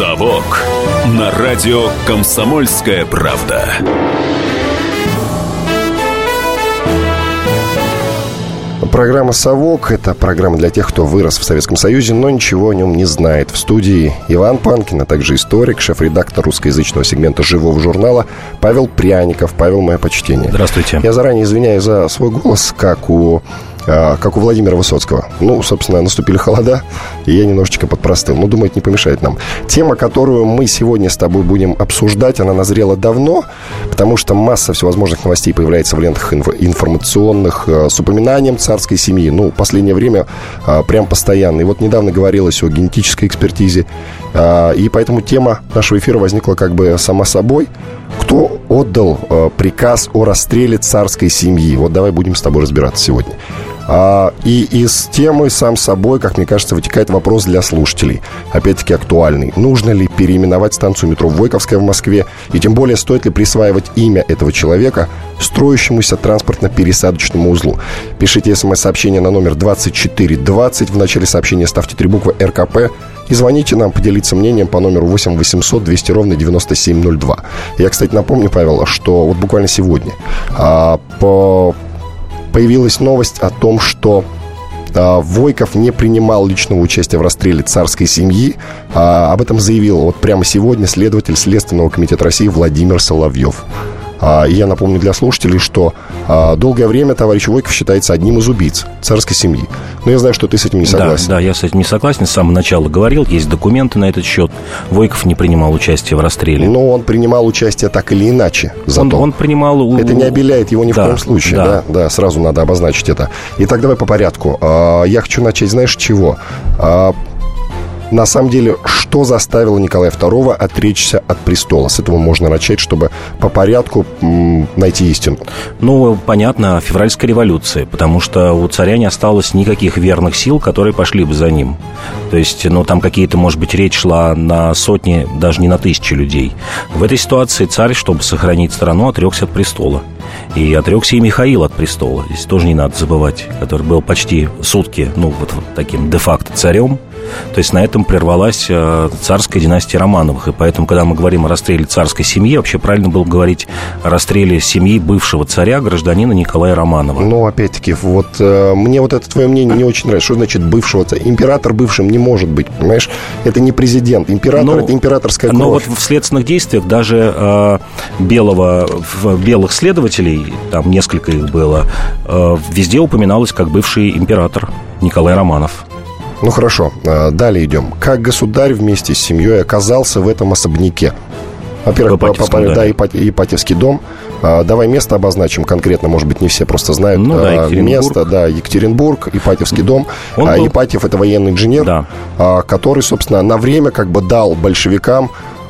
«Совок» на радио «Комсомольская правда». Программа «Совок» — это программа для тех, кто вырос в Советском Союзе, но ничего о нем не знает. В студии Иван Панкин, а также историк, шеф-редактор русскоязычного сегмента «Живого журнала» Павел Пряников. Павел, мое почтение. Здравствуйте. Я заранее извиняюсь за свой голос, как у Владимира Высоцкого. Собственно, наступили холода, и я немножечко подпростыл. Но, думаю, это не помешает нам. Тема, которую мы сегодня с тобой будем обсуждать, она назрела давно, потому что масса всевозможных новостей появляется в лентах информационных с упоминанием царской семьи. В последнее время прям постоянно. И вот недавно говорилось о генетической экспертизе, и поэтому тема нашего эфира возникла как бы сама собой. Кто отдал приказ о расстреле царской семьи? Вот давай будем с тобой разбираться сегодня. И из темы, сам собой, как мне кажется, вытекает вопрос для слушателей. Опять-таки актуальный. Нужно ли переименовать станцию метро Войковская в Москве? И тем более, стоит ли присваивать имя этого человека строящемуся транспортно-пересадочному узлу? Пишите смс-сообщение на номер 2420. В начале сообщения ставьте 3 буквы РКП. И звоните нам, поделиться мнением по номеру 8 800 200 ровно 9702. Я, кстати, напомню, Павел, что вот буквально сегодня появилась новость о том, что Войков не принимал личного участия в расстреле царской семьи. Об этом заявил вот прямо сегодня следователь Следственного комитета России Владимир Соловьев. И я напомню для слушателей, что долгое время товарищ Войков считается одним из убийц царской семьи. Но я знаю, что ты с этим не согласен. Да, я с этим не согласен. С самого начала говорил, есть документы на этот счет. Войков не принимал участие в расстреле. Но он принимал участие так или иначе. Зато он принимал... Это не обеляет его ни в коем случае. Да, сразу надо обозначить это. Итак, давай по порядку. Я хочу начать, знаешь, с чего? На самом деле, что заставило Николая II отречься от престола? С этого можно начать, чтобы по порядку найти истину. Понятно, февральская революция, потому что у царя не осталось никаких верных сил, которые пошли бы за ним. То есть, там какие-то, может быть, речь шла на сотни, даже не на тысячи людей. В этой ситуации царь, чтобы сохранить страну, отрекся от престола. И отрекся и Михаил от престола. Здесь тоже не надо забывать, который был почти сутки, таким де-факто царем. То есть на этом прервалась царская династия Романовых. И поэтому, когда мы говорим о расстреле царской семьи, вообще правильно было бы говорить о расстреле семьи бывшего царя, гражданина Николая Романова. Опять-таки, мне это твое мнение не очень нравится. Что значит бывшего царя? Император бывшим не может быть, понимаешь? Это не президент. Император – это императорская кровь. Но в следственных действиях даже белых следователей, там несколько их было, везде упоминалось как бывший император Николай Романов. Хорошо, далее идем. Как государь вместе с семьей оказался в этом особняке? Во-первых, Ипатьевский дом. Давай место обозначим конкретно. Может быть, не все просто знают место. Екатеринбург, Ипатьевский дом. Ипатьев – это военный инженер, который, собственно, на время дал большевикам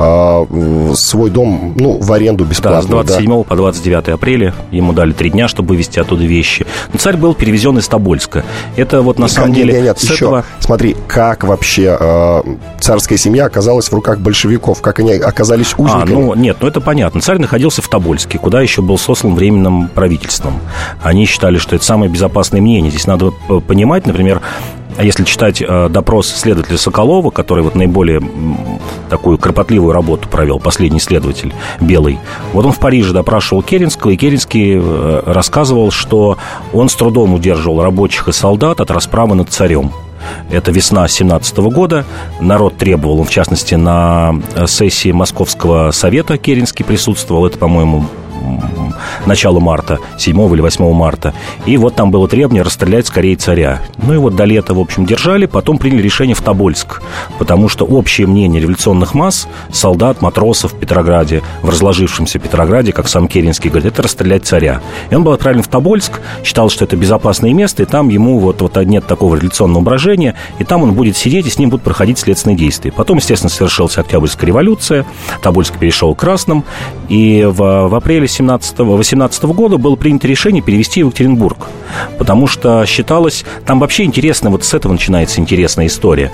свой дом в аренду бесплатно. С 27 по 29 апреля ему дали 3 дня, чтобы вывезти оттуда вещи. Но царь был перевезен из Тобольска. Это на самом деле... Нет, еще. Смотри, как вообще царская семья оказалась в руках большевиков? Как они оказались узниками? Это понятно. Царь находился в Тобольске, куда еще был сослан временным правительством. Они считали, что это самое безопасное мнение. Здесь надо понимать, например, если читать допрос следователя Соколова, который наиболее такую кропотливую работу провел, последний следователь, Белый, он в Париже допрашивал Керенского, и Керенский рассказывал, что он с трудом удерживал рабочих и солдат от расправы над царем. Это весна 17 года. Народ требовал, в частности, на сессии Московского совета Керенский присутствовал. Это, по-моему, начало марта, 7 или 8 марта. И там было требование расстрелять скорее царя. До лета, в общем, держали. Потом приняли решение в Тобольск. Потому что общее мнение революционных масс, солдат, матросов в Петрограде, в разложившемся Петрограде, как сам Керенский говорит, это расстрелять царя. И он был отправлен в Тобольск, считал, что это безопасное место, и там ему нет такого революционного брожения, и там он будет сидеть, и с ним будут проходить следственные действия. Потом, естественно, совершилась Октябрьская революция, Тобольск перешел к красным, и в апреле 18 года было принято решение перевести в Екатеринбург, потому что считалось, там вообще интересно, с этого начинается интересная история.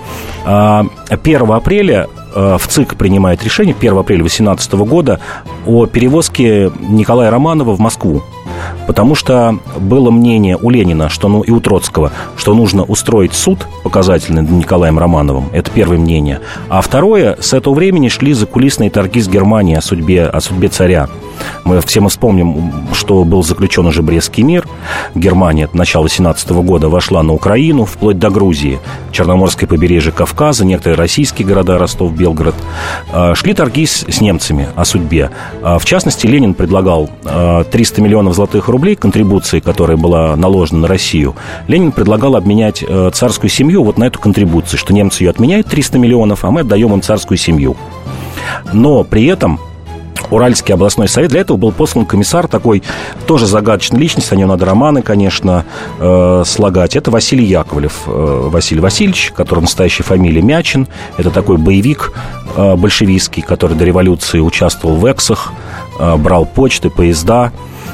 1 апреля в ЦИК принимает решение, 1 апреля 18 года, о перевозке Николая Романова в Москву. Потому что было мнение у Ленина, что, и у Троцкого, что нужно устроить суд показательный над Николаем Романовым. Это первое мнение. А второе, с этого времени шли закулисные торги с Германией о судьбе царя. Мы вспомним, что был заключен уже Брестский мир. Германия от начала 17 года вошла на Украину, вплоть до Грузии, Черноморское побережье Кавказа, некоторые российские города, Ростов, Белгород. Шли торги с немцами о судьбе. В частности, Ленин предлагал 300 миллионов золотых рублей контрибуции, которая была наложена на Россию. Ленин предлагал обменять царскую семью вот на эту контрибуцию, что немцы ее отменяют 300 миллионов, а мы отдаем им царскую семью. Но при этом Уральский областной совет, для этого был послан комиссар, такой тоже загадочная личность, о нем надо романы, конечно, слагать. Это Василий Яковлев, Василий Васильевич, который настоящая фамилия Мячин. Это такой боевик большевистский, который до революции участвовал в эксах, брал почты, поезда.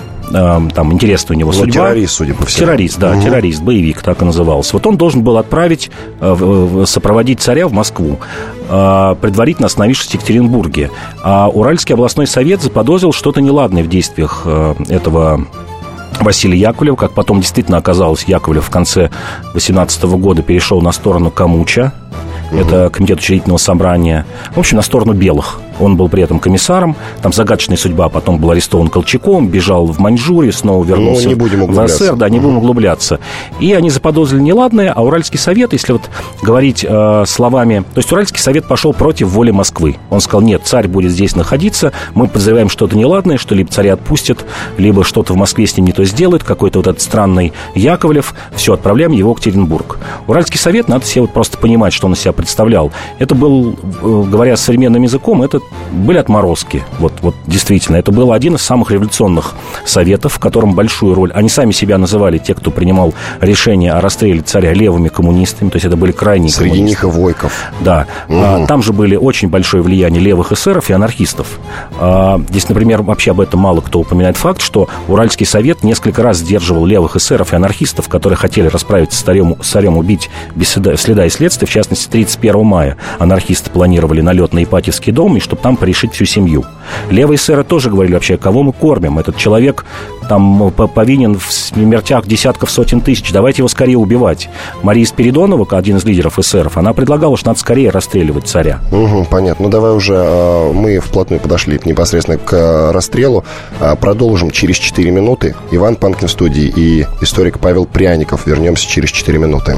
Там интересная у него судьба. Террорист, судя по всему. Террорист, да, террорист, боевик, так и назывался. Вот он должен был отправить, сопроводить царя в Москву, предварительно остановившись в Екатеринбурге. А Уральский областной совет заподозрил что-то неладное в действиях этого Василия Яковлева. Как потом действительно оказалось, Яковлев в конце 18 года перешел на сторону Камуча. Это комитет учредительного собрания. В общем, на сторону белых. Он был при этом комиссаром. Там загадочная судьба. Потом был арестован Колчаком, бежал в Маньчжурию, снова вернулся в СССР. Да, не будем углубляться. И они заподозрили неладное, а Уральский совет, если вот говорить словами... То есть Уральский совет пошел против воли Москвы. Он сказал, нет, царь будет здесь находиться, мы подозреваем что-то неладное, что либо царя отпустят, либо что-то в Москве с ним не то сделают, какой-то вот этот странный Яковлев. Все, отправляем его в Екатеринбург. Уральский совет, надо себе вот просто понимать, что он из себя представлял. Это был, говоря современным языком, это были отморозки. Вот действительно, это был один из самых революционных советов, в котором большую роль... Они сами себя называли, те, кто принимал решение о расстреле царя, левыми коммунистами. То есть это были крайние коммунисты. Среди них и Войков. Да. Там же были очень большое влияние левых эсеров и анархистов. Здесь, например, вообще об этом мало кто упоминает факт, что Уральский совет несколько раз сдерживал левых эсеров и анархистов, которые хотели расправиться с царем, убить без следа и следствия. В частности, 31 мая анархисты планировали налет на Ипатьевский дом, и чтобы там порешить всю семью. Левые эсеры тоже говорили вообще, кого мы кормим? Этот человек там повинен в смертях десятков, сотен тысяч. Давайте его скорее убивать. Мария Спиридонова, один из лидеров эсеров, она предлагала, что надо скорее расстреливать царя. Понятно. Ну, давай уже мы вплотную подошли непосредственно к расстрелу. Продолжим через 4 минуты. Иван Панкин в студии и историк Павел Пряников. Вернемся через 4 минуты.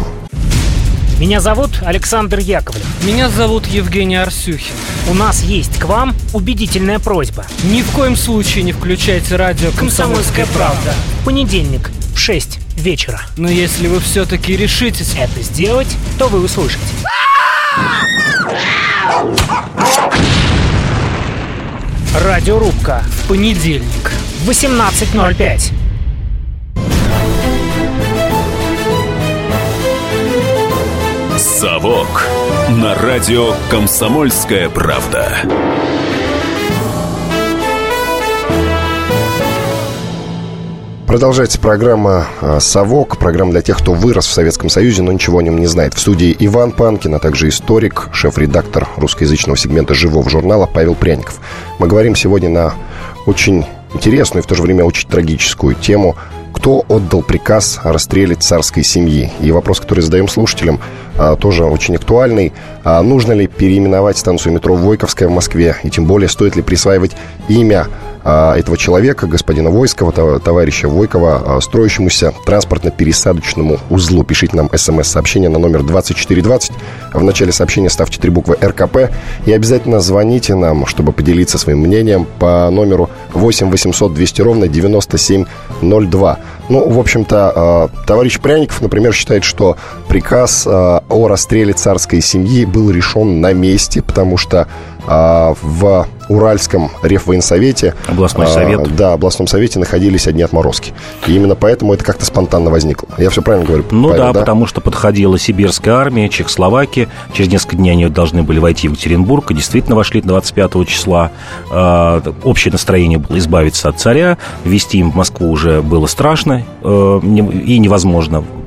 Меня зовут Александр Яковлев. Меня зовут Евгений Арсюхин. У нас есть к вам убедительная просьба. Ни в коем случае не включайте радио «Комсомольская правда». В понедельник в 6 вечера. Но если вы все-таки решитесь это сделать, то вы услышите. Радиорубка. В понедельник. В 18:05. «Совок» на радио «Комсомольская правда». Продолжается программа «Совок», программа для тех, кто вырос в Советском Союзе, но ничего о нем не знает. В студии Иван Панкин, а также историк, шеф-редактор русскоязычного сегмента «Живого» журнала Павел Пряников. Мы говорим сегодня на очень интересную и в то же время очень трагическую тему: кто отдал приказ о расстреле царской семьи? И вопрос, который задаем слушателям, тоже очень актуальный. Нужно ли переименовать станцию метро Войковская в Москве? И тем более, стоит ли присваивать имя этого человека, господина Войского, товарища Войкова, строящемуся транспортно-пересадочному узлу? Пишите нам смс-сообщение на номер 2420. В начале сообщения ставьте 3 буквы РКП. И обязательно звоните нам, чтобы поделиться своим мнением по номеру 8 800 200 ровно 9702. Ну, в общем-то, товарищ Пряников, например, считает, что приказ о расстреле царской семьи был решен на месте, потому что в Уральском Реввоенсовете, областной совет. Да, областном совете находились одни отморозки. И именно поэтому это как-то спонтанно возникло. Я все правильно говорю? Ну, Павел, да, потому что подходила сибирская армия, Чехословакия. Через несколько дней они должны были войти в Екатеринбург, и действительно вошли 25 числа. Общее настроение было избавиться от царя. Везти им в Москву уже было страшно и невозможно.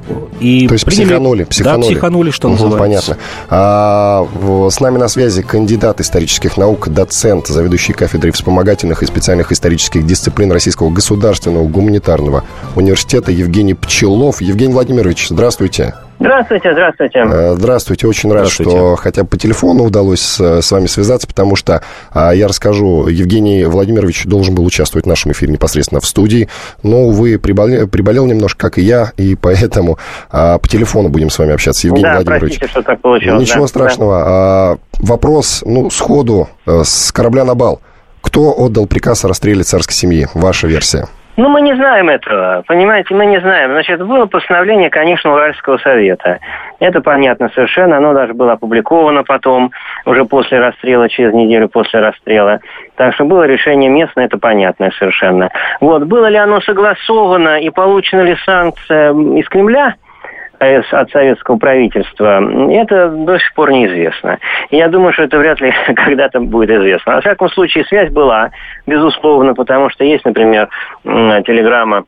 И то есть приняли, психанули, что называется. Понятно. С нами на связи кандидат исторических наук, доцент, заведующий кафедрой вспомогательных и специальных исторических дисциплин Российского государственного гуманитарного университета Евгений Пчелов. Евгений Владимирович, здравствуйте. Здравствуйте. Здравствуйте, очень рад, что хотя бы по телефону удалось с вами связаться, потому что, я расскажу, Евгений Владимирович должен был участвовать в нашем эфире непосредственно в студии, но, увы, приболел немножко, как и я, и поэтому по телефону будем с вами общаться. Евгений Владимирович. Простите, что так получилось. Ничего страшного. Вопрос, сходу, с корабля на бал. Кто отдал приказ о расстреле царской семьи? Ваша версия. Мы не знаем этого, понимаете, мы не знаем. Значит, было постановление, конечно, Уральского совета. Это понятно совершенно, оно даже было опубликовано потом, уже после расстрела, через неделю после расстрела. Так что было решение местное, это понятно совершенно. Было ли оно согласовано и получена ли санкция из Кремля от советского правительства, это до сих пор неизвестно. И я думаю, что это вряд ли когда-то будет известно. Во всяком случае, связь была, безусловно, потому что есть, например, телеграмма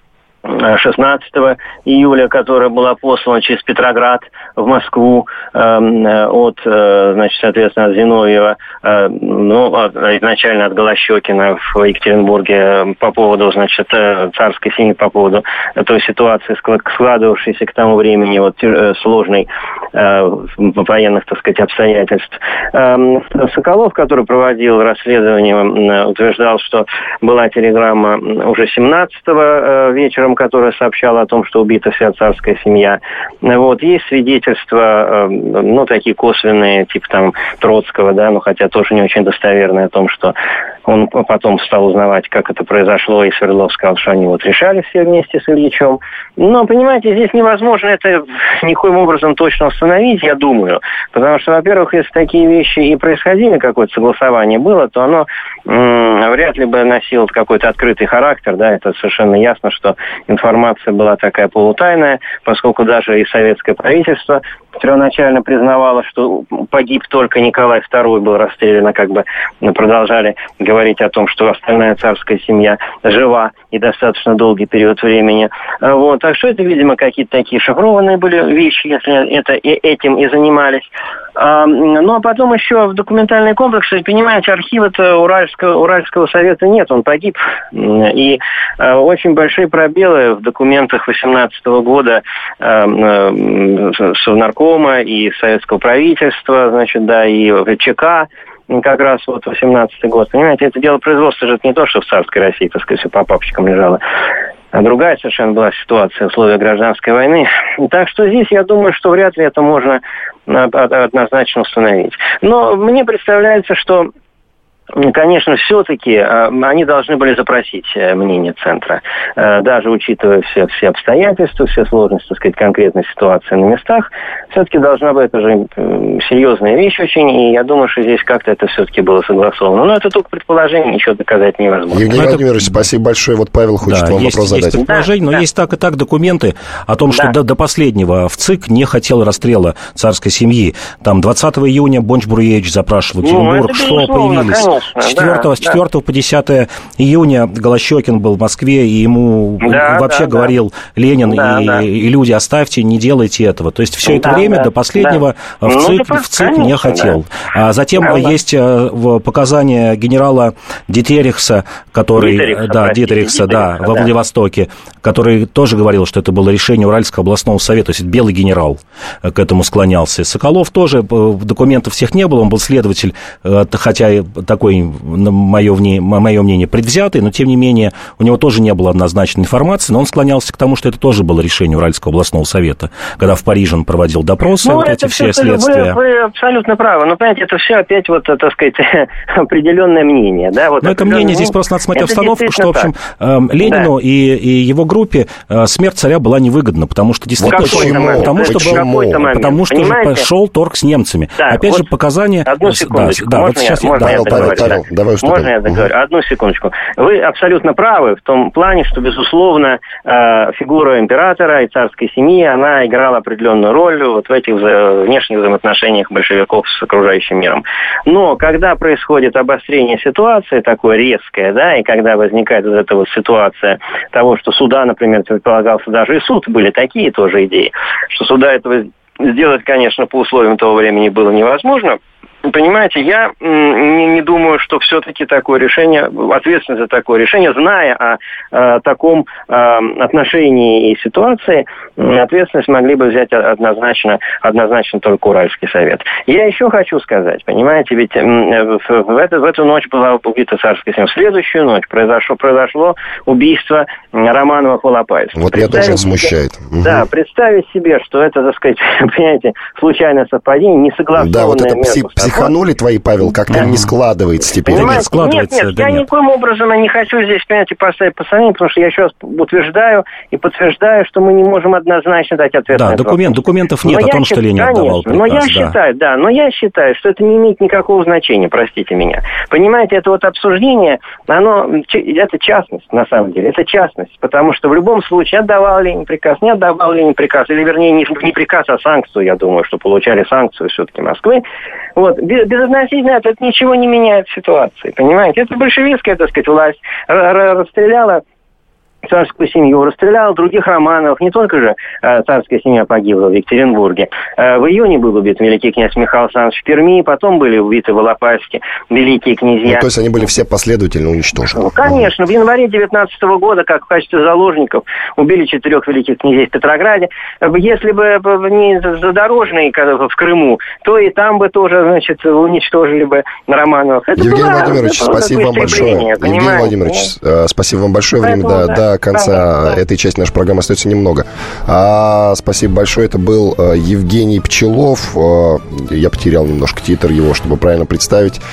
16 июля, которая была послана через Петроград в Москву соответственно, от Зиновьева, изначально от Голощёкина в Екатеринбурге по поводу, царской семьи, по поводу той ситуации, складывавшейся к тому времени сложной военных, обстоятельств. Соколов, который проводил расследование, утверждал, что была телеграмма уже 17-го вечером, которая сообщала о том, что убита вся царская семья. Есть свидетельства, такие косвенные, типа Троцкого, хотя тоже не очень достоверные, о том, что он потом стал узнавать, как это произошло, и Свердлов сказал, что они решали все вместе с Ильичем. Но, понимаете, здесь невозможно это никоим образом точно установить, я думаю. Потому что, во-первых, если такие вещи и происходили, какое-то согласование было, то оно вряд ли бы носило какой-то открытый характер, это совершенно ясно, что информация была такая полутайная, поскольку даже и советское правительство первоначально признавало, что погиб только Николай II, был расстрелян, продолжали говорить о том, что остальная царская семья жива и достаточно долгий период времени. Так что это, видимо, какие-то такие шифрованные были вещи, если этим и занимались. А потом еще в документальный комплекс, понимаете, архива-то Уральского совета нет, он погиб. И очень большие пробелы в документах 18 года Совнаркома и советского правительства, и ЧК, как раз 18-й год. Понимаете, это дело производства же не то, что в царской России, все по папочкам лежало. А другая совершенно была ситуация, условия гражданской войны. Так что здесь, я думаю, что вряд ли это можно однозначно установить. Но мне представляется, что, конечно, все-таки они должны были запросить мнение Центра. Даже учитывая все обстоятельства, все сложности, конкретной ситуации на местах, все-таки должна быть, это же серьезная вещь очень, и я думаю, что здесь как-то это все-таки было согласовано. Но это только предположение, ничего доказать невозможно. Евгений Владимирович, спасибо большое. Павел хочет вам вопрос задать. Есть предположение, но есть так и так документы о том, что до последнего в ЦИК не хотел расстрела царской семьи. 20 июня Бонч-Бруевич запрашивал Екатеринбург, что появились. С 4 по 10 июня Голощёкин был в Москве, и ему говорил Ленин и люди, оставьте, не делайте этого. То есть все это время до последнего в ЦИК не хотел. А затем есть показания генерала Дитерихса, Дитерихса во Владивостоке, который тоже говорил, что это было решение Уральского областного совета, то есть белый генерал к этому склонялся. Соколов тоже, документов всех не было, он был следователь, хотя такой, мое мнение, предвзятый, но, тем не менее, у него тоже не было однозначной информации, но он склонялся к тому, что это тоже было решение Уральского областного совета, когда в Париже он проводил допросы, эти все следствия. Вы абсолютно правы, но, понимаете, это все опять, определенное мнение. Но это мнение, здесь просто надо смотреть обстановку, что, в общем, Ленину и его группе смерть царя была невыгодна, потому что действительно... Потому что шел торг с немцами. Опять же, показания... Одну секундочку, сейчас... Павел, давай уступим. Можно я договорю? Одну секундочку. Вы абсолютно правы в том плане, что, безусловно, фигура императора и царской семьи, она играла определенную роль вот в этих внешних взаимоотношениях большевиков с окружающим миром. Но когда происходит обострение ситуации, такое резкое, да, и когда возникает вот эта вот ситуация того, что суда, например, предполагался даже и суд, были такие тоже идеи, что суда этого сделать, конечно, по условиям того времени было невозможно. Понимаете, я не думаю, что все-таки такое решение, ответственность за такое решение, зная о таком отношении и ситуации, ответственность могли бы взять однозначно только Уральский совет. Я еще хочу сказать, понимаете, ведь в эту ночь была убита царская семья. В следующую ночь произошло убийство Романовых-Волопаевских. Вот меня тоже смущает. Да, представить себе, что это, так сказать, понимаете, случайное совпадение, несогласованное. Да, вот это психанули твои, Павел, как-то не складывается теперь. Нет, я никоим образом не хочу здесь, понимаете, поставить по сомнению, потому что я еще раз утверждаю и подтверждаю, что мы не можем однозначно дать ответ на это. Да, документов нет о том, что Ленин отдавал приказ. Но я считаю, что это не имеет никакого значения, простите меня. Понимаете, это вот обсуждение, это частность, на самом деле, это частность, потому что в любом случае отдавал Ленин приказ, не отдавал Ленин приказ, или вернее не приказ, а санкцию, я думаю, что получали санкцию все-таки Москвы. Вот, безотносительно это ничего не меняет ситуации, понимаете? Это большевистская, так сказать, власть расстреляла царскую семью, расстрелял других Романовых. Не только же царская семья погибла в Екатеринбурге. В июне был убит великий князь Михаил Александрович в Перми, потом были убиты Волопаевские великие князья. То есть они были все последовательно уничтожены? Конечно. В январе 19 года, как в качестве заложников, убили 4 великих князей в Петрограде. Если бы не задорожные в Крыму, то и там бы тоже, значит, уничтожили бы Романовых. Евгений Владимирович, спасибо вам большое. Евгений Владимирович, спасибо вам большое. Время до конца этой части нашей программы остается немного. Спасибо большое. Это был Евгений Пчелов. Я потерял немножко титр его, чтобы правильно представить.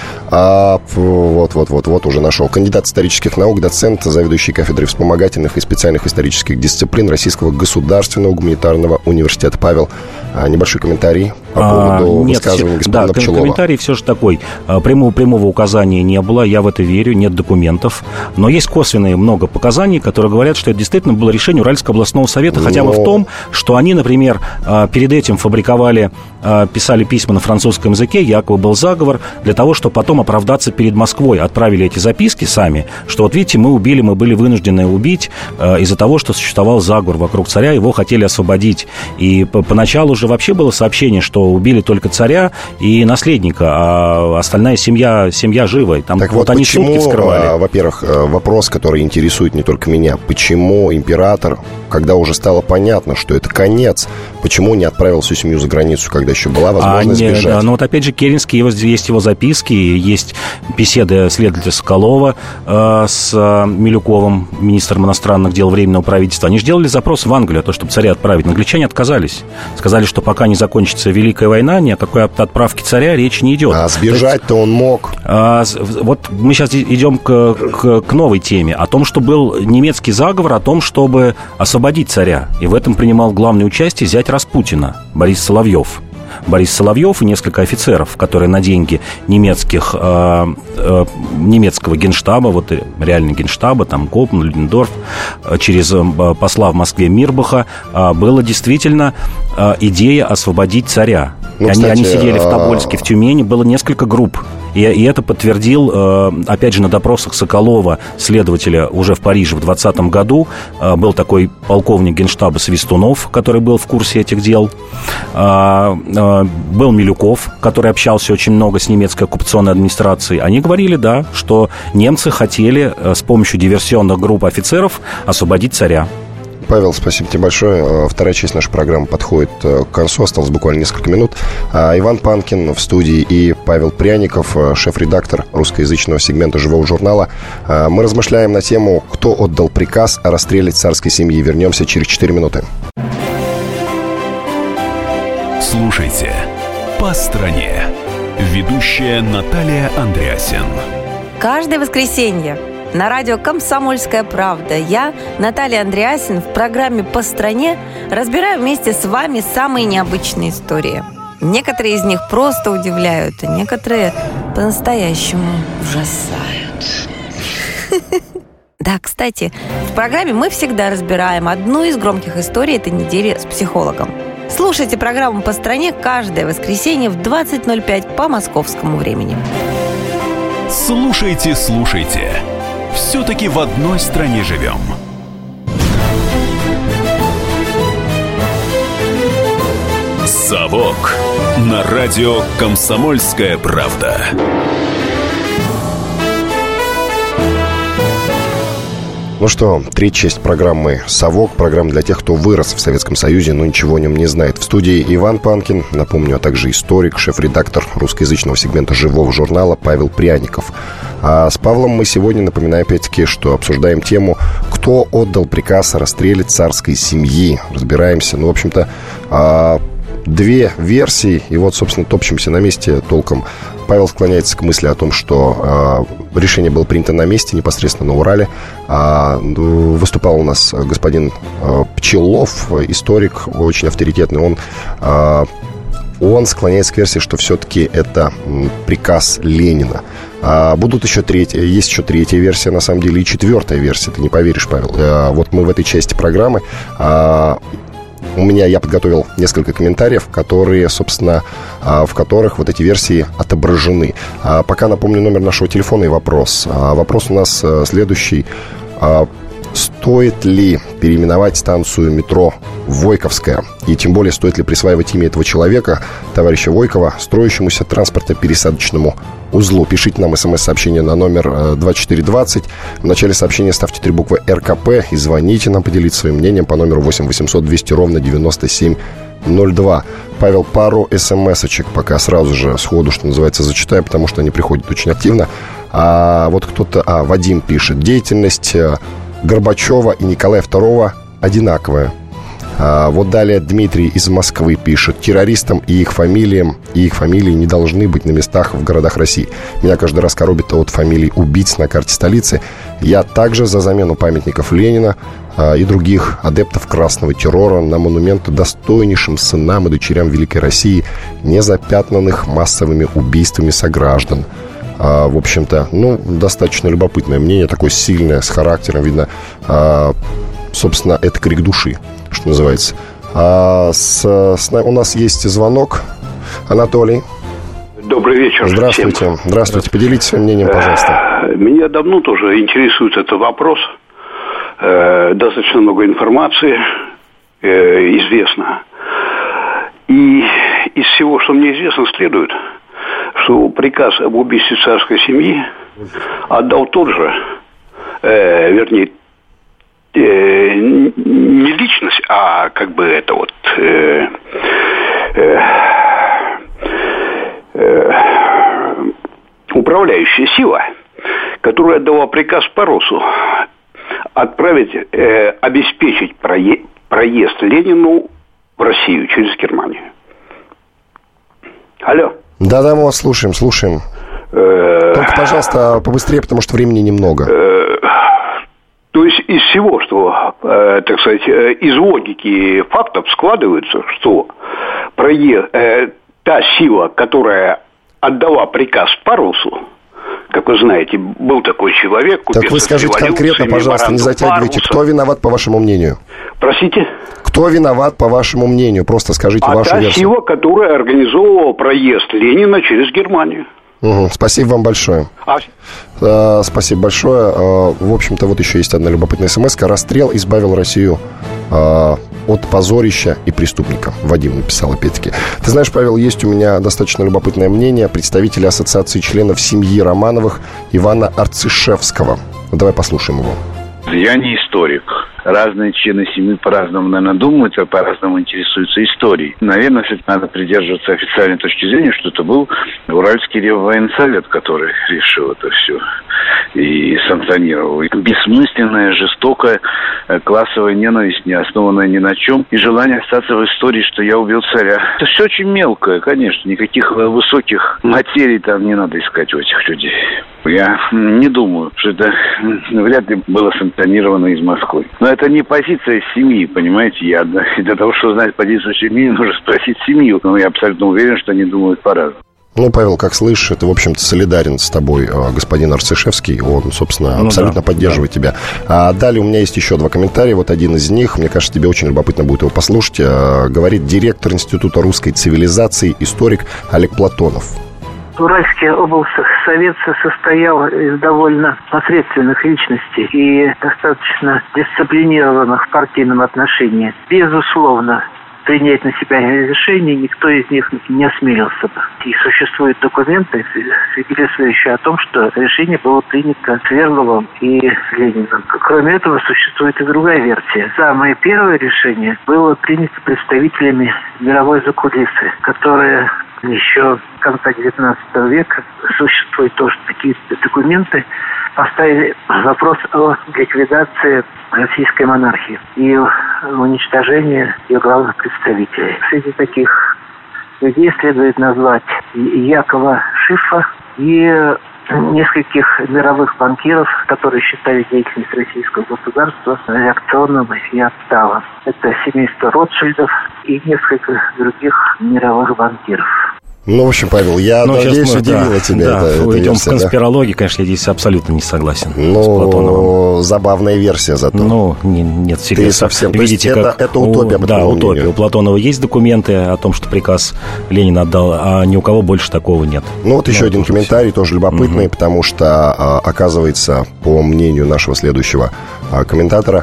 Вот уже нашел. Кандидат исторических наук, доцент, заведующий кафедрой вспомогательных и специальных исторических дисциплин Российского государственного гуманитарного университета. Павел, небольшой комментарий по поводу высказывания господина Пчелова. Комментарий все же такой. Прямого указания не было, я в это верю, нет документов. Но есть косвенные много показаний, которые говорят, что это действительно было решение Уральского областного совета, хотя бы в том, что они, например, перед этим писали письма на французском языке, якобы был заговор, для того, чтобы потом оправдаться перед Москвой. Отправили эти записки сами, что вот видите, мы были вынуждены убить из-за того, что существовал заговор вокруг царя, его хотели освободить. И поначалу же вообще было сообщение, что убили только царя и наследника, а остальная семья жива. Там так вот они сутки вскрывали. Во-первых, вопрос, который интересует не только меня. Почему император, когда уже стало понятно, что это конец, почему не отправил всю семью за границу, когда еще была возможность сбежать? Ну вот опять же, Керенский, есть его записки, есть беседы следователя Соколова с Милюковым, министром иностранных дел Временного правительства. Они же делали запрос в Англию, то, чтобы царя отправить. Но англичане отказались. Сказали, что пока не закончится Великая война, ни о какой отправке царя речи не идет. А сбежать-то он мог. Вот мы сейчас идем к новой теме. О том, что был немецкий заговор, о том, чтобы освободить царя. И в этом принимал главное участие зять Распутина, Борис Соловьев. Борис Соловьев и несколько офицеров, которые на деньги немецкого генштаба, вот реально генштаба, там Копман, Людендорф, через посла в Москве Мирбаха, была действительно идея освободить царя. Они сидели в Тобольске, в Тюмени, было несколько групп. И это подтвердил, опять же, на допросах Соколова, следователя уже в Париже в 2020 году. Был такой полковник генштаба Свистунов, который был в курсе этих дел. Был Милюков, который общался очень много с немецкой оккупационной администрацией. Они говорили, да, что немцы хотели с помощью диверсионных групп офицеров освободить царя. Павел, спасибо тебе большое. Вторая часть нашей программы подходит к концу. Осталось буквально несколько минут. Иван Панкин в студии и Павел Пряников, шеф-редактор русскоязычного сегмента «Живого журнала». Мы размышляем на тему, кто отдал приказ о расстреле царской семьи. Вернемся через 4 минуты. Слушайте «По стране». Ведущая Наталья Андреасен. Каждое воскресенье на радио «Комсомольская правда» я, Наталья Андреасен, в программе «По стране» разбираю вместе с вами самые необычные истории. Некоторые из них просто удивляют, а некоторые по-настоящему ужасают. Да, кстати, в программе мы всегда разбираем одну из громких историй этой недели с психологом. Слушайте программу «По стране» каждое воскресенье в 20:05 по московскому времени. Слушайте, слушайте. Все-таки в одной стране живем. «Совок» на радио «Комсомольская правда». Ну что, третья часть программы «Совок», программа для тех, кто вырос в Советском Союзе, но ничего о нем не знает. В студии Иван Панкин, напомню, а также историк, шеф-редактор русскоязычного сегмента «Живого журнала» Павел Пряников. А с Павлом мы сегодня, напоминаю опять-таки, что обсуждаем тему «Кто отдал приказ о расстреле царской семьи?». Разбираемся, в общем-то, две версии, и вот, собственно, топчемся на месте толком. Павел склоняется к мысли о том, что решение было принято на месте, непосредственно на Урале. Выступал у нас господин Пчелов, историк, очень авторитетный. Он склоняется к версии, что все-таки это приказ Ленина. Есть еще третья версия, на самом деле, и четвертая версия. Ты не поверишь, Павел. Вот мы в этой части программы... Я подготовил несколько комментариев, в которых вот эти версии отображены. Пока напомню номер нашего телефона и вопрос. Вопрос у нас следующий. Стоит ли переименовать станцию метро Войковская? И тем более, стоит ли присваивать имя этого человека, товарища Войкова, строящемуся транспортно-пересадочному узлу? Пишите нам смс-сообщение на номер 2420. В начале сообщения ставьте 3 буквы РКП и звоните нам поделиться своим мнением по номеру 8 800 200 ровно 9702. Павел, пару смс-очек пока сразу же сходу, что называется, зачитаю, потому что они приходят очень активно. Вадим пишет: деятельность Горбачева и Николая II одинаковая. Вот далее Дмитрий из Москвы пишет: террористам и их фамилии не должны быть на местах в городах России. Меня каждый раз коробит от фамилий убийц на карте столицы. Я также за замену памятников Ленина и других адептов красного террора на монументы достойнейшим сынам и дочерям Великой России, не запятнанных массовыми убийствами сограждан. В общем-то, достаточно любопытное мнение, такое сильное, с характером, видно, собственно, это крик души, что называется. У нас есть звонок. Анатолий. Добрый вечер. Здравствуйте. Всем. Здравствуйте. Поделитесь своим мнением, пожалуйста. Меня давно тоже интересует этот вопрос. Достаточно много информации известно. И из всего, что мне известно, следует, что приказ об убийстве царской семьи отдал тот же, не личность, а управляющая сила, которая отдала приказ Парусу обеспечить проезд Ленину в Россию через Германию. Алло. Да, мы вас слушаем. Только, пожалуйста, побыстрее, потому что времени немного. То есть из всего, что, из логики фактов складывается, что та сила, которая отдала приказ Парусу, как вы знаете, был такой человек... Так вы скажите конкретно, пожалуйста, не затягивайте. Кто виноват, по вашему мнению? Простите? Кто виноват, по вашему мнению? Просто скажите вашу версию. Та сила, которая организовывала проезд Ленина через Германию. Спасибо вам большое. Спасибо большое. В общем-то, вот еще есть одна любопытная смс-ка. Расстрел избавил Россию от позорища и преступника. Вадим написал опять-таки. Ты знаешь, Павел, есть у меня достаточно любопытное мнение представителя Ассоциации членов семьи Романовых Ивана Арцишевского. Давай послушаем его. Я не историк. Разные члены семьи по-разному, наверное, думают, а по-разному интересуются историей. Наверное, все-таки надо придерживаться официальной точки зрения, что это был Уральский реввоенсовет, который решил это все. и санкционировал. И бессмысленная, жестокая классовая ненависть, не основанная ни на чем, и желание остаться в истории, что я убил царя. Это все очень мелкое, конечно, никаких высоких материй там не надо искать у этих людей. Я не думаю, что это вряд ли было санкционировано из Москвы. Но это не позиция семьи, понимаете? Для того, чтобы знать позицию семьи, нужно спросить семью. Но я абсолютно уверен, что они думают по-разному. Ну, Павел, как слышишь, это, в общем-то, солидарен с тобой господин Арцишевский. Он, собственно, абсолютно поддерживает тебя. А далее у меня есть еще два комментария. Вот один из них, мне кажется, тебе очень любопытно будет его послушать. Говорит директор Института русской цивилизации, историк Олег Платонов. Уральский облсовет состоял из довольно посредственных личностей и достаточно дисциплинированных в партийном отношении. Безусловно, принять на себя решение никто из них не осмелился бы. И существуют документы, свидетельствующие о том, что решение было принято Свердловым и Лениным. Кроме этого, существует и другая версия. Самое первое решение было принято представителями мировой закулисы, которые еще с конца XIX века существуют тоже такие документы, поставили вопрос о ликвидации российской монархии и уничтожении ее главных представителей. Среди таких людей следует назвать Якова Шифа и нескольких мировых банкиров, которые считали деятельность российского государства реакционным и отсталым. Это семейство Ротшильдов и несколько других мировых банкиров. Ну, в общем, Павел, я надеюсь, удивила тебя эта уйдем версия, в конспирологию, конечно, я здесь абсолютно не согласен с Платоновым. Ну, забавная версия зато. Ну, нет, серьезно. Ты совсем... Видите, как... это утопия, Да, утопия. У Платонова есть документы о том, что приказ Ленин отдал, а ни у кого больше такого нет. Ну, вот еще один комментарий, тоже любопытный, потому что, оказывается, по мнению нашего следующего комментатора,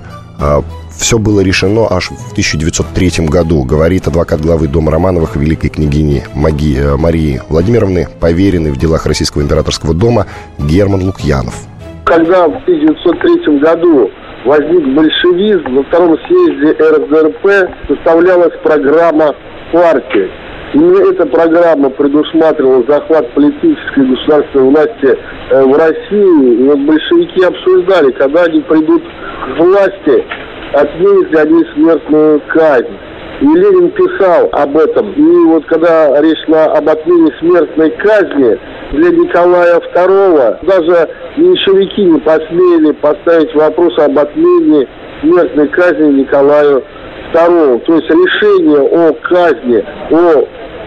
все было решено аж в 1903 году, говорит адвокат главы дома Романовых великой княгини Марии Владимировны, поверенный в делах Российского императорского дома Герман Лукьянов. Когда в 1903 году возник большевизм, на втором съезде РСДРП составлялась программа партии. Именно эта программа предусматривала захват политической и государственной власти в России. И вот большевики обсуждали, когда они придут к власти, отменят ли они смертную казнь. И Ленин писал об этом. И вот когда речь шла об отмене смертной казни для Николая II, даже меньшевики не посмели поставить вопрос об отмене смертной казни Николаю II. То есть решение о казни, о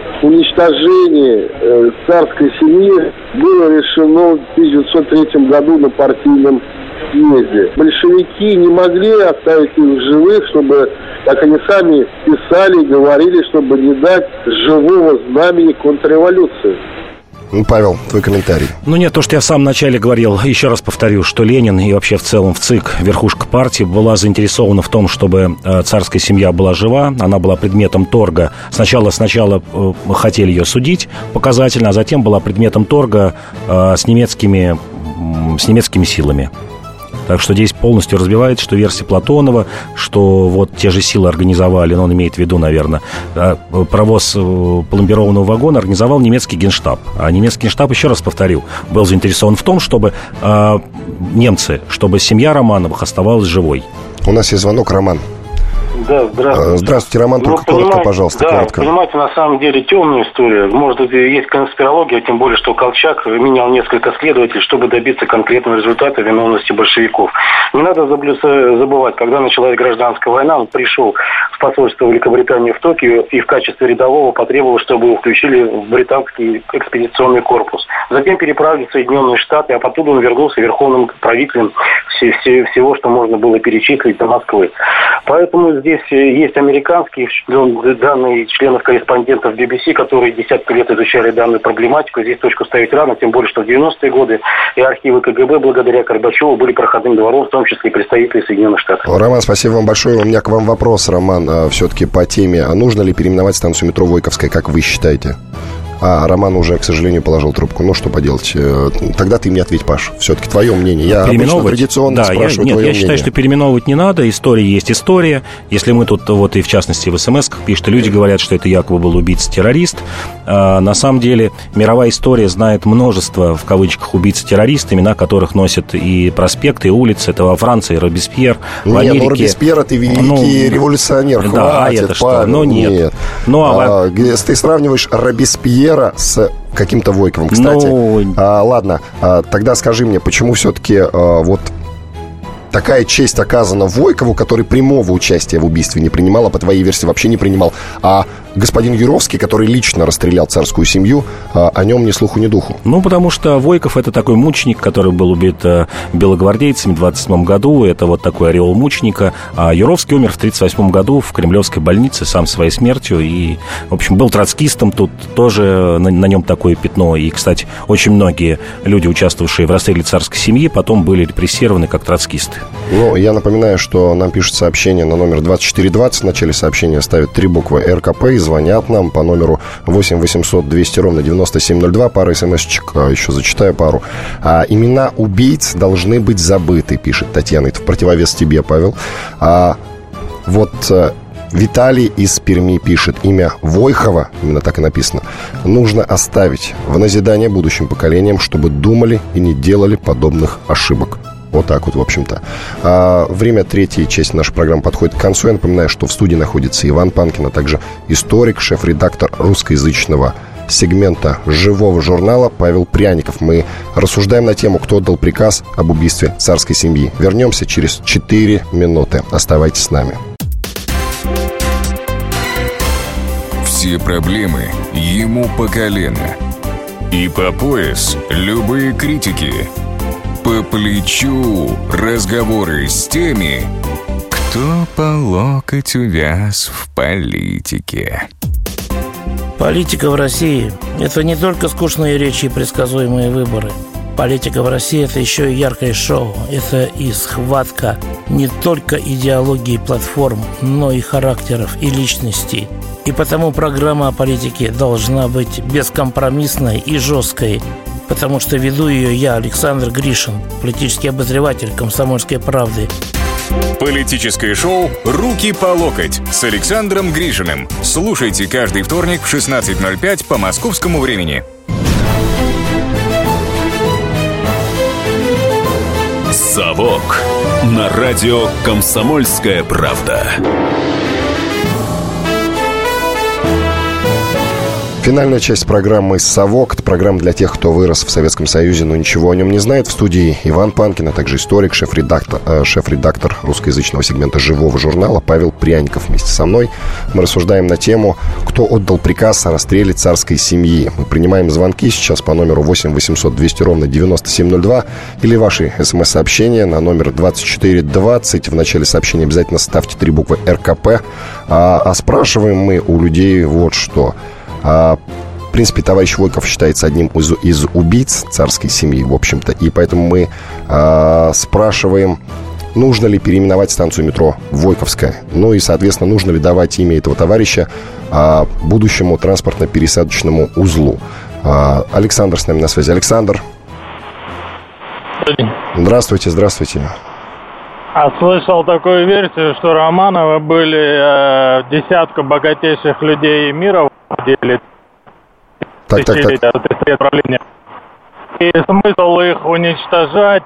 уничтожении царской семьи было решено в 1903 году на партийном съезде. Большевики не могли оставить их в живых, чтобы, как они сами писали и говорили, чтобы не дать живого знамени контрреволюции. Ну, Павел, твой комментарий. Ну нет, то, что я в самом начале говорил, еще раз повторю, что Ленин и вообще в целом в ЦИК, верхушка партии, была заинтересована в том, чтобы царская семья была жива, она была предметом торга. Сначала хотели ее судить показательно, а затем была предметом торга с немецкими силами. Так что здесь полностью разбивается, что версия Платонова, что вот те же силы организовали, но он имеет в виду, наверное, провоз пломбированного вагона организовал немецкий генштаб. А немецкий генштаб, еще раз повторю, был заинтересован в том, чтобы чтобы семья Романовых оставалась живой. У нас есть звонок, Роман. Да, здравствуйте. Здравствуйте, Роман, только коротко, пожалуйста, коротко. Понимаете, на самом деле темная история. Может, есть конспирология, тем более, что Колчак менял несколько следователей, чтобы добиться конкретного результата виновности большевиков. Не надо забывать, когда началась гражданская война, он пришел в посольство Великобритании в Токио и в качестве рядового потребовал, чтобы его включили в британский экспедиционный корпус. Затем переправили в Соединенные Штаты, а потом он вернулся верховным правителем всего, что можно было перечислить до Москвы. Поэтому здесь есть американские данные членов-корреспондентов BBC, которые десятки лет изучали данную проблематику. Здесь точку ставить рано, тем более, что в 90-е годы и архивы КГБ благодаря Горбачеву были проходным двором, в том числе и представители Соединенных Штатов. Роман, спасибо вам большое. У меня к вам вопрос, Роман, все-таки по теме. А нужно ли переименовать станцию метро Войковская, как вы считаете? А Роман уже, к сожалению, положил трубку. Ну, что поделать? Тогда ты мне ответь, Паш. Все-таки твое мнение. Я обычно традиционно спрашиваю твое мнение. Я считаю, что переименовывать не надо. История есть история. Если мы тут, вот и в частности в СМС-ках пишут, люди говорят, что это якобы был убийца-террорист. на самом деле мировая история знает множество, в кавычках, убийц-террористов, имена которых носят и проспекты, и улицы. Это во Франции Робеспьер, в Америке. Ну, Робеспьер — это великий революционер. Да, хватит, это Павел, что? Ну, нет. Ты сравниваешь Робеспьера с каким-то Войковым. Кстати, ладно, тогда скажи мне, почему все-таки вот такая честь оказана Войкову, который прямого участия в убийстве не принимал, а по твоей версии вообще не принимал, а господин Юровский, который лично расстрелял царскую семью, о нем ни слуху, ни духу? Ну, потому что Войков — это такой мученик, который был убит белогвардейцами в 27 году. Это вот такой ореол мученика. А Юровский умер в 38 году в Кремлевской больнице сам своей смертью. И, в общем, был троцкистом. Тут тоже на нем такое пятно. И, кстати, очень многие люди, участвовавшие в расстреле царской семьи, потом были репрессированы как троцкисты. Ну, я напоминаю, что нам пишут сообщение на номер 2420. В начале сообщения ставят 3 буквы РКП и звонят нам по номеру 8 800 200 ровно 9702. Пара смс-чек, еще зачитаю пару. Имена убийц должны быть забыты, пишет Татьяна. Это в противовес тебе, Павел. Виталий из Перми пишет: имя Войхова, именно так и написано, нужно оставить в назидание будущим поколениям, чтобы думали и не делали подобных ошибок. Вот так вот, в общем-то. Время третьей части нашей программы подходит к концу. Я напоминаю, что в студии находится Иван Панкин, а также историк, шеф-редактор русскоязычного сегмента «Живого журнала» Павел Пряников. Мы рассуждаем на тему, кто отдал приказ об убийстве царской семьи. Вернемся через 4 минуты. Оставайтесь с нами. Все проблемы ему по колено. И по пояс любые критики. По плечу разговоры с теми, кто по локоть увяз в политике. Политика в России – это не только скучные речи и предсказуемые выборы. Политика в России – это еще и яркое шоу. Это и схватка не только идеологии платформ, но и характеров и личностей. И потому программа о политике должна быть бескомпромиссной и жесткой. Потому что веду ее я, Александр Гришин, политический обозреватель «Комсомольской правды». Политическое шоу «Руки по локоть» с Александром Гришиным. Слушайте каждый вторник в 16:05 по московскому времени. «Совок» на радио «Комсомольская правда». Финальная часть программы «Совок». Это программа для тех, кто вырос в Советском Союзе, но ничего о нем не знает. В студии Иван Панкин, а также историк, шеф-редактор русскоязычного сегмента «Живого журнала» Павел Пряников. Вместе со мной мы рассуждаем на тему, кто отдал приказ о расстреле царской семьи. Мы принимаем звонки сейчас по номеру 8 800 200 ровно 9702 или ваши смс-сообщения на номер 2420. В начале сообщения обязательно ставьте 3 буквы РКП. А спрашиваем мы у людей вот что. В принципе, товарищ Войков считается одним из убийц царской семьи, в общем-то. И поэтому мы спрашиваем, нужно ли переименовать станцию метро Войковская. Ну и, соответственно, нужно ли давать имя этого товарища будущему транспортно-пересадочному узлу. Александр с нами на связи. Александр. Здравствуйте, здравствуйте. Слышал такую версию, что Романовы были десятка богатейших людей мира в деле. Так. И смысл их уничтожать,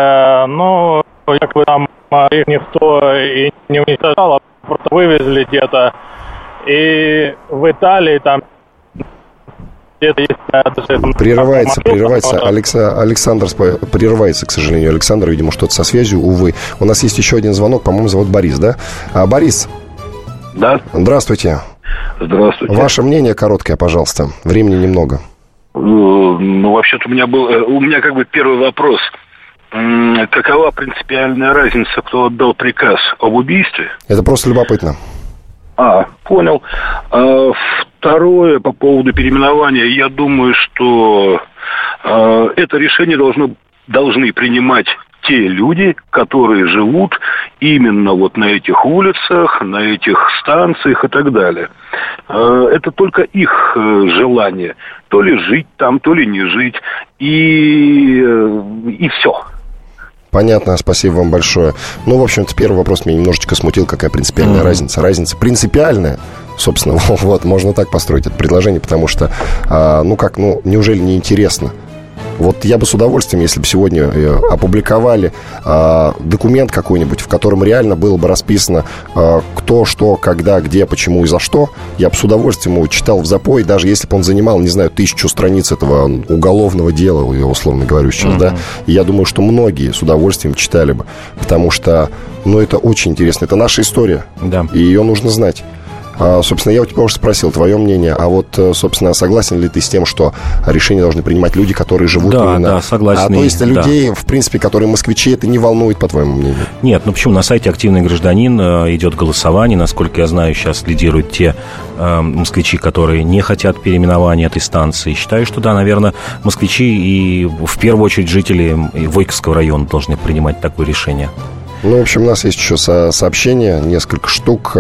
якобы там их никто и не уничтожал, а просто вывезли где-то. И в Италии там где-то есть... Прерывается. Александр прерывается, к сожалению. Александр, видимо, что-то со связью, увы. У нас есть еще один звонок, по-моему, зовут Борис, да? Борис. Да. Здравствуйте. Здравствуйте. Ваше мнение короткое, пожалуйста. Времени немного. Вообще-то у меня как бы первый вопрос. Какова принципиальная разница, кто отдал приказ об убийстве? Это просто любопытно. Понял. Второе, по поводу переименования. Я думаю, что это решение должны принимать те люди, которые живут именно вот на этих улицах, на этих станциях и так далее. Это только их желание. То ли жить там, то ли не жить. И все. Понятно, спасибо вам большое. В общем-то, первый вопрос меня немножечко смутил, какая принципиальная разница. Разница принципиальная. Собственно, вот, можно так построить это предложение, потому что, неужели не интересно? Вот я бы с удовольствием, если бы сегодня опубликовали документ какой-нибудь, в котором реально было бы расписано, кто, что, когда, где, почему и за что, я бы с удовольствием его читал в запой, даже если бы он занимал, не знаю, 1000 страниц этого уголовного дела, я условно говорю сейчас, да, и я думаю, что многие с удовольствием читали бы, потому что, это очень интересно, это наша история, и ее нужно знать. Собственно, я у тебя уже спросил твое мнение, а вот, собственно, согласен ли ты с тем, что решения должны принимать люди, которые живут именно... Да, согласен. То есть людей, в принципе, которые москвичи, это не волнует, по твоему мнению? Нет, почему? На сайте «Активный гражданин» идет голосование. Насколько я знаю, сейчас лидируют те москвичи, которые не хотят переименования этой станции. Считаю, что, да, наверное, москвичи и, в первую очередь, жители Войковского района должны принимать такое решение. В общем, у нас есть еще сообщение, несколько штук.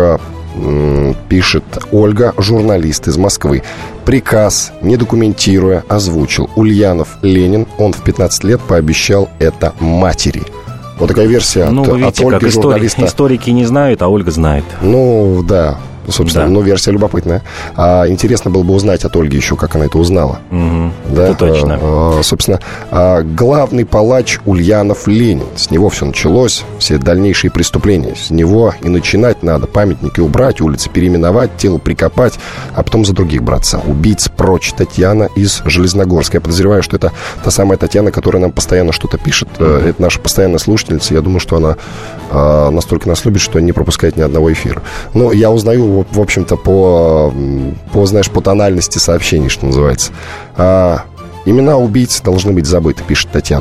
Пишет Ольга, журналист из Москвы. Приказ, не документируя, озвучил Ульянов Ленин. Он в 15 лет пообещал это матери. Вот такая версия от Ольги, как журналиста. Историки не знают, а Ольга знает. Да. Собственно, версия любопытная. Интересно было бы узнать от Ольги еще, как она это узнала. Да? Это точно. Собственно, главный палач Ульянов Ленин. С него все началось, все дальнейшие преступления. С него и начинать надо. Памятники убрать, улицы переименовать, тело прикопать, а потом за других браться. Убийц прочь. Татьяна из Железногорска. Я подозреваю, что это та самая Татьяна, которая нам постоянно что-то пишет. Это наша постоянная слушательница. Я думаю, что она настолько нас любит, что не пропускает ни одного эфира. Но я узнаю, в общем-то, по тональности сообщений, что называется. Имена убийц должны быть забыты, пишет Татьяна.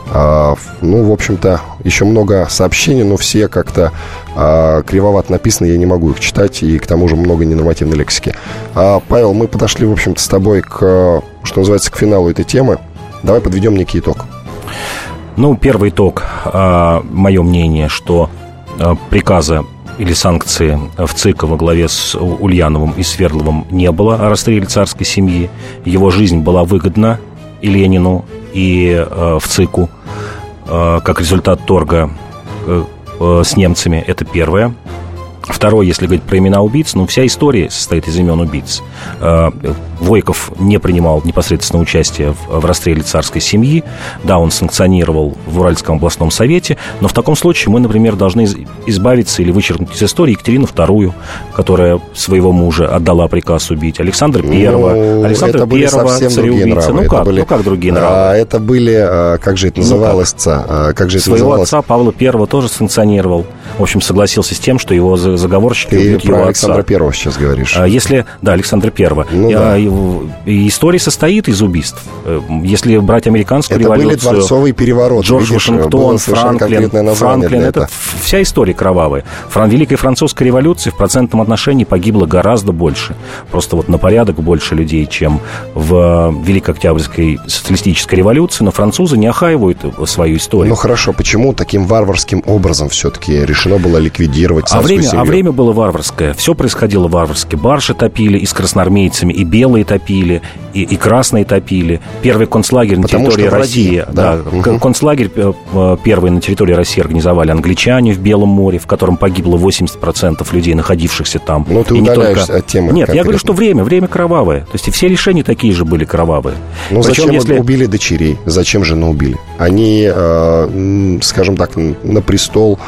В общем-то, еще много сообщений, но все как-то кривовато написаны, я не могу их читать, и к тому же много ненормативной лексики. Павел, мы подошли, в общем-то, с тобой что называется, к финалу этой темы. Давай подведем некий итог. Первый итог, мое мнение, что приказа или санкции в ЦИК во главе с Ульяновым и Свердловым не было о расстреле царской семьи. Его жизнь была выгодна и Ленину, и в ЦИКу, как результат торга с немцами. Это первое. Второе, если говорить про имена убийц, вся история состоит из имен убийц. Войков не принимал непосредственно участие в расстреле царской семьи. Да, он санкционировал в Уральском областном совете, но в таком случае мы, например, должны избавиться или вычеркнуть из истории Екатерину II, которая своего мужа отдала приказ убить, Александра I, Александра I, цареубийца. Как другие нравы? Это были, как же это называлось? Своего отца Павла I тоже санкционировал. В общем, согласился с тем, что его заговорщики убьют его отца. Ты про Александра Первого сейчас говоришь. Александра I. И история состоит из убийств. Если брать американскую революцию... Это были дворцовые перевороты. Джордж Вашингтон, Франклин. Это вся история кровавая. В Великой Французской революции в процентном отношении погибло гораздо больше. Просто на порядок больше людей, чем в Великой Октябрьской социалистической революции. Но французы не охаивают свою историю. Хорошо, почему таким варварским образом все-таки решено было ликвидировать царскую семью? Время было варварское. Все происходило варварски. Баржи топили и с красноармейцами, и белые топили, и красные топили. Первый концлагерь на территории России. Концлагерь первый на территории России организовали англичане в Белом море, в котором погибло 80% людей, находившихся там. Ты удаляешься от темы. Нет, я говорю, что время кровавое. То есть и все решения такие же были кровавые. Зачем убили дочерей? Зачем жену убили? Они, скажем так, на престол...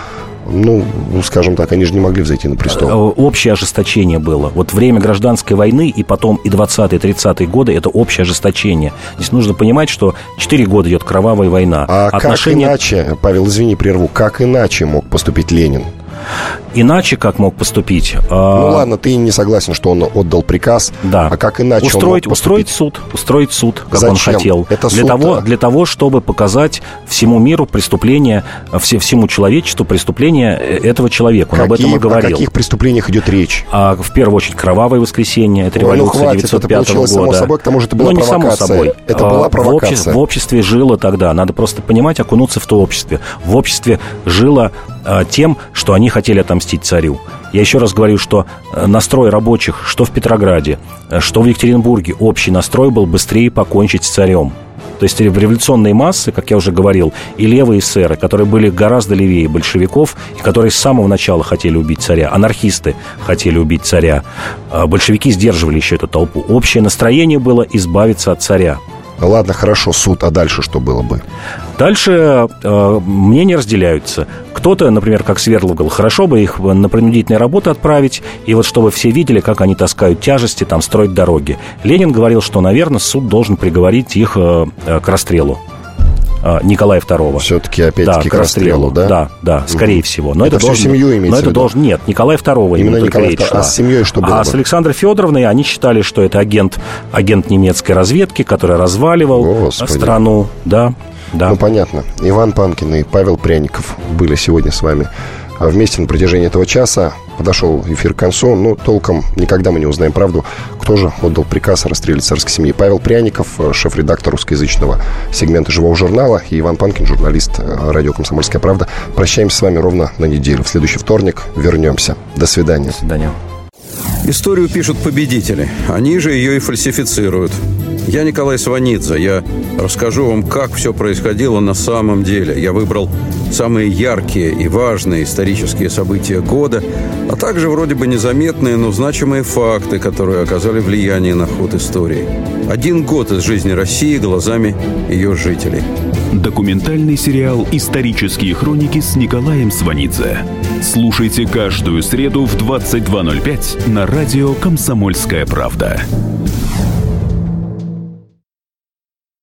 скажем так, они же не могли взойти на престол. Общее ожесточение было. Время гражданской войны и потом и 20-е, 30-е годы — это общее ожесточение. Здесь нужно понимать, что 4 года идет кровавая война. Как иначе, Павел, извини, прерву, как иначе мог поступить Ленин? Иначе как мог поступить? Ладно, ты не согласен, что он отдал приказ. Да. А как иначе устроить суд, как он хотел. Это для того, чтобы показать всему миру преступление, всему человечеству преступление этого человека. Он об этом и говорил. О каких преступлениях идет речь? В первую очередь, кровавое воскресенье, это революция 905 года. Само собой, к тому же это была провокация. Не само собой. Это была провокация. В обществе жило тогда, надо просто понимать, окунуться в то общество. В обществе жило тем, что они хотели отомстить царю. Я еще раз говорю, что настрой рабочих, что в Петрограде, что в Екатеринбурге, общий настрой был быстрее покончить с царем. То есть революционные массы, как я уже говорил, и левые эсеры, которые были гораздо левее большевиков, и которые с самого начала хотели убить царя, анархисты хотели убить царя, большевики сдерживали еще эту толпу. Общее настроение было избавиться от царя. Ладно, хорошо, суд, а дальше что было бы? Дальше мнения разделяются. Кто-то, например, как Свердлов говорил, хорошо бы их на принудительные работы отправить, и вот чтобы все видели, как они таскают тяжести, там, строят дороги. Ленин говорил, что, наверное, суд должен приговорить их к расстрелу. Николая II. Все-таки, опять-таки, к расстрелу, да? Да, скорее всего. Но это всю семью имеется в виду? Нет, Николая II. Именно Николая II. А с семьей что было? А с Александрой Федоровной они считали, что это агент немецкой разведки, который разваливал страну. Да. Ну, понятно. Иван Панкин и Павел Пряников были сегодня с вами вместе на протяжении этого часа. Подошел эфир к концу, но толком никогда мы не узнаем правду, кто же отдал приказ о расстреле царской семьи. Павел Пряников, шеф-редактор русскоязычного сегмента «Живого журнала», и Иван Панкин, журналист радио «Комсомольская правда». Прощаемся с вами ровно на неделю. В следующий вторник вернемся. До свидания. До свидания. Историю пишут победители. Они же ее и фальсифицируют. Я Николай Сванидзе. Я расскажу вам, как все происходило на самом деле. Я выбрал самые яркие и важные исторические события года, а также вроде бы незаметные, но значимые факты, которые оказали влияние на ход истории. 1 год из жизни России глазами ее жителей. Документальный сериал «Исторические хроники» с Николаем Сванидзе. Слушайте каждую среду в 22:05 на радио «Комсомольская правда».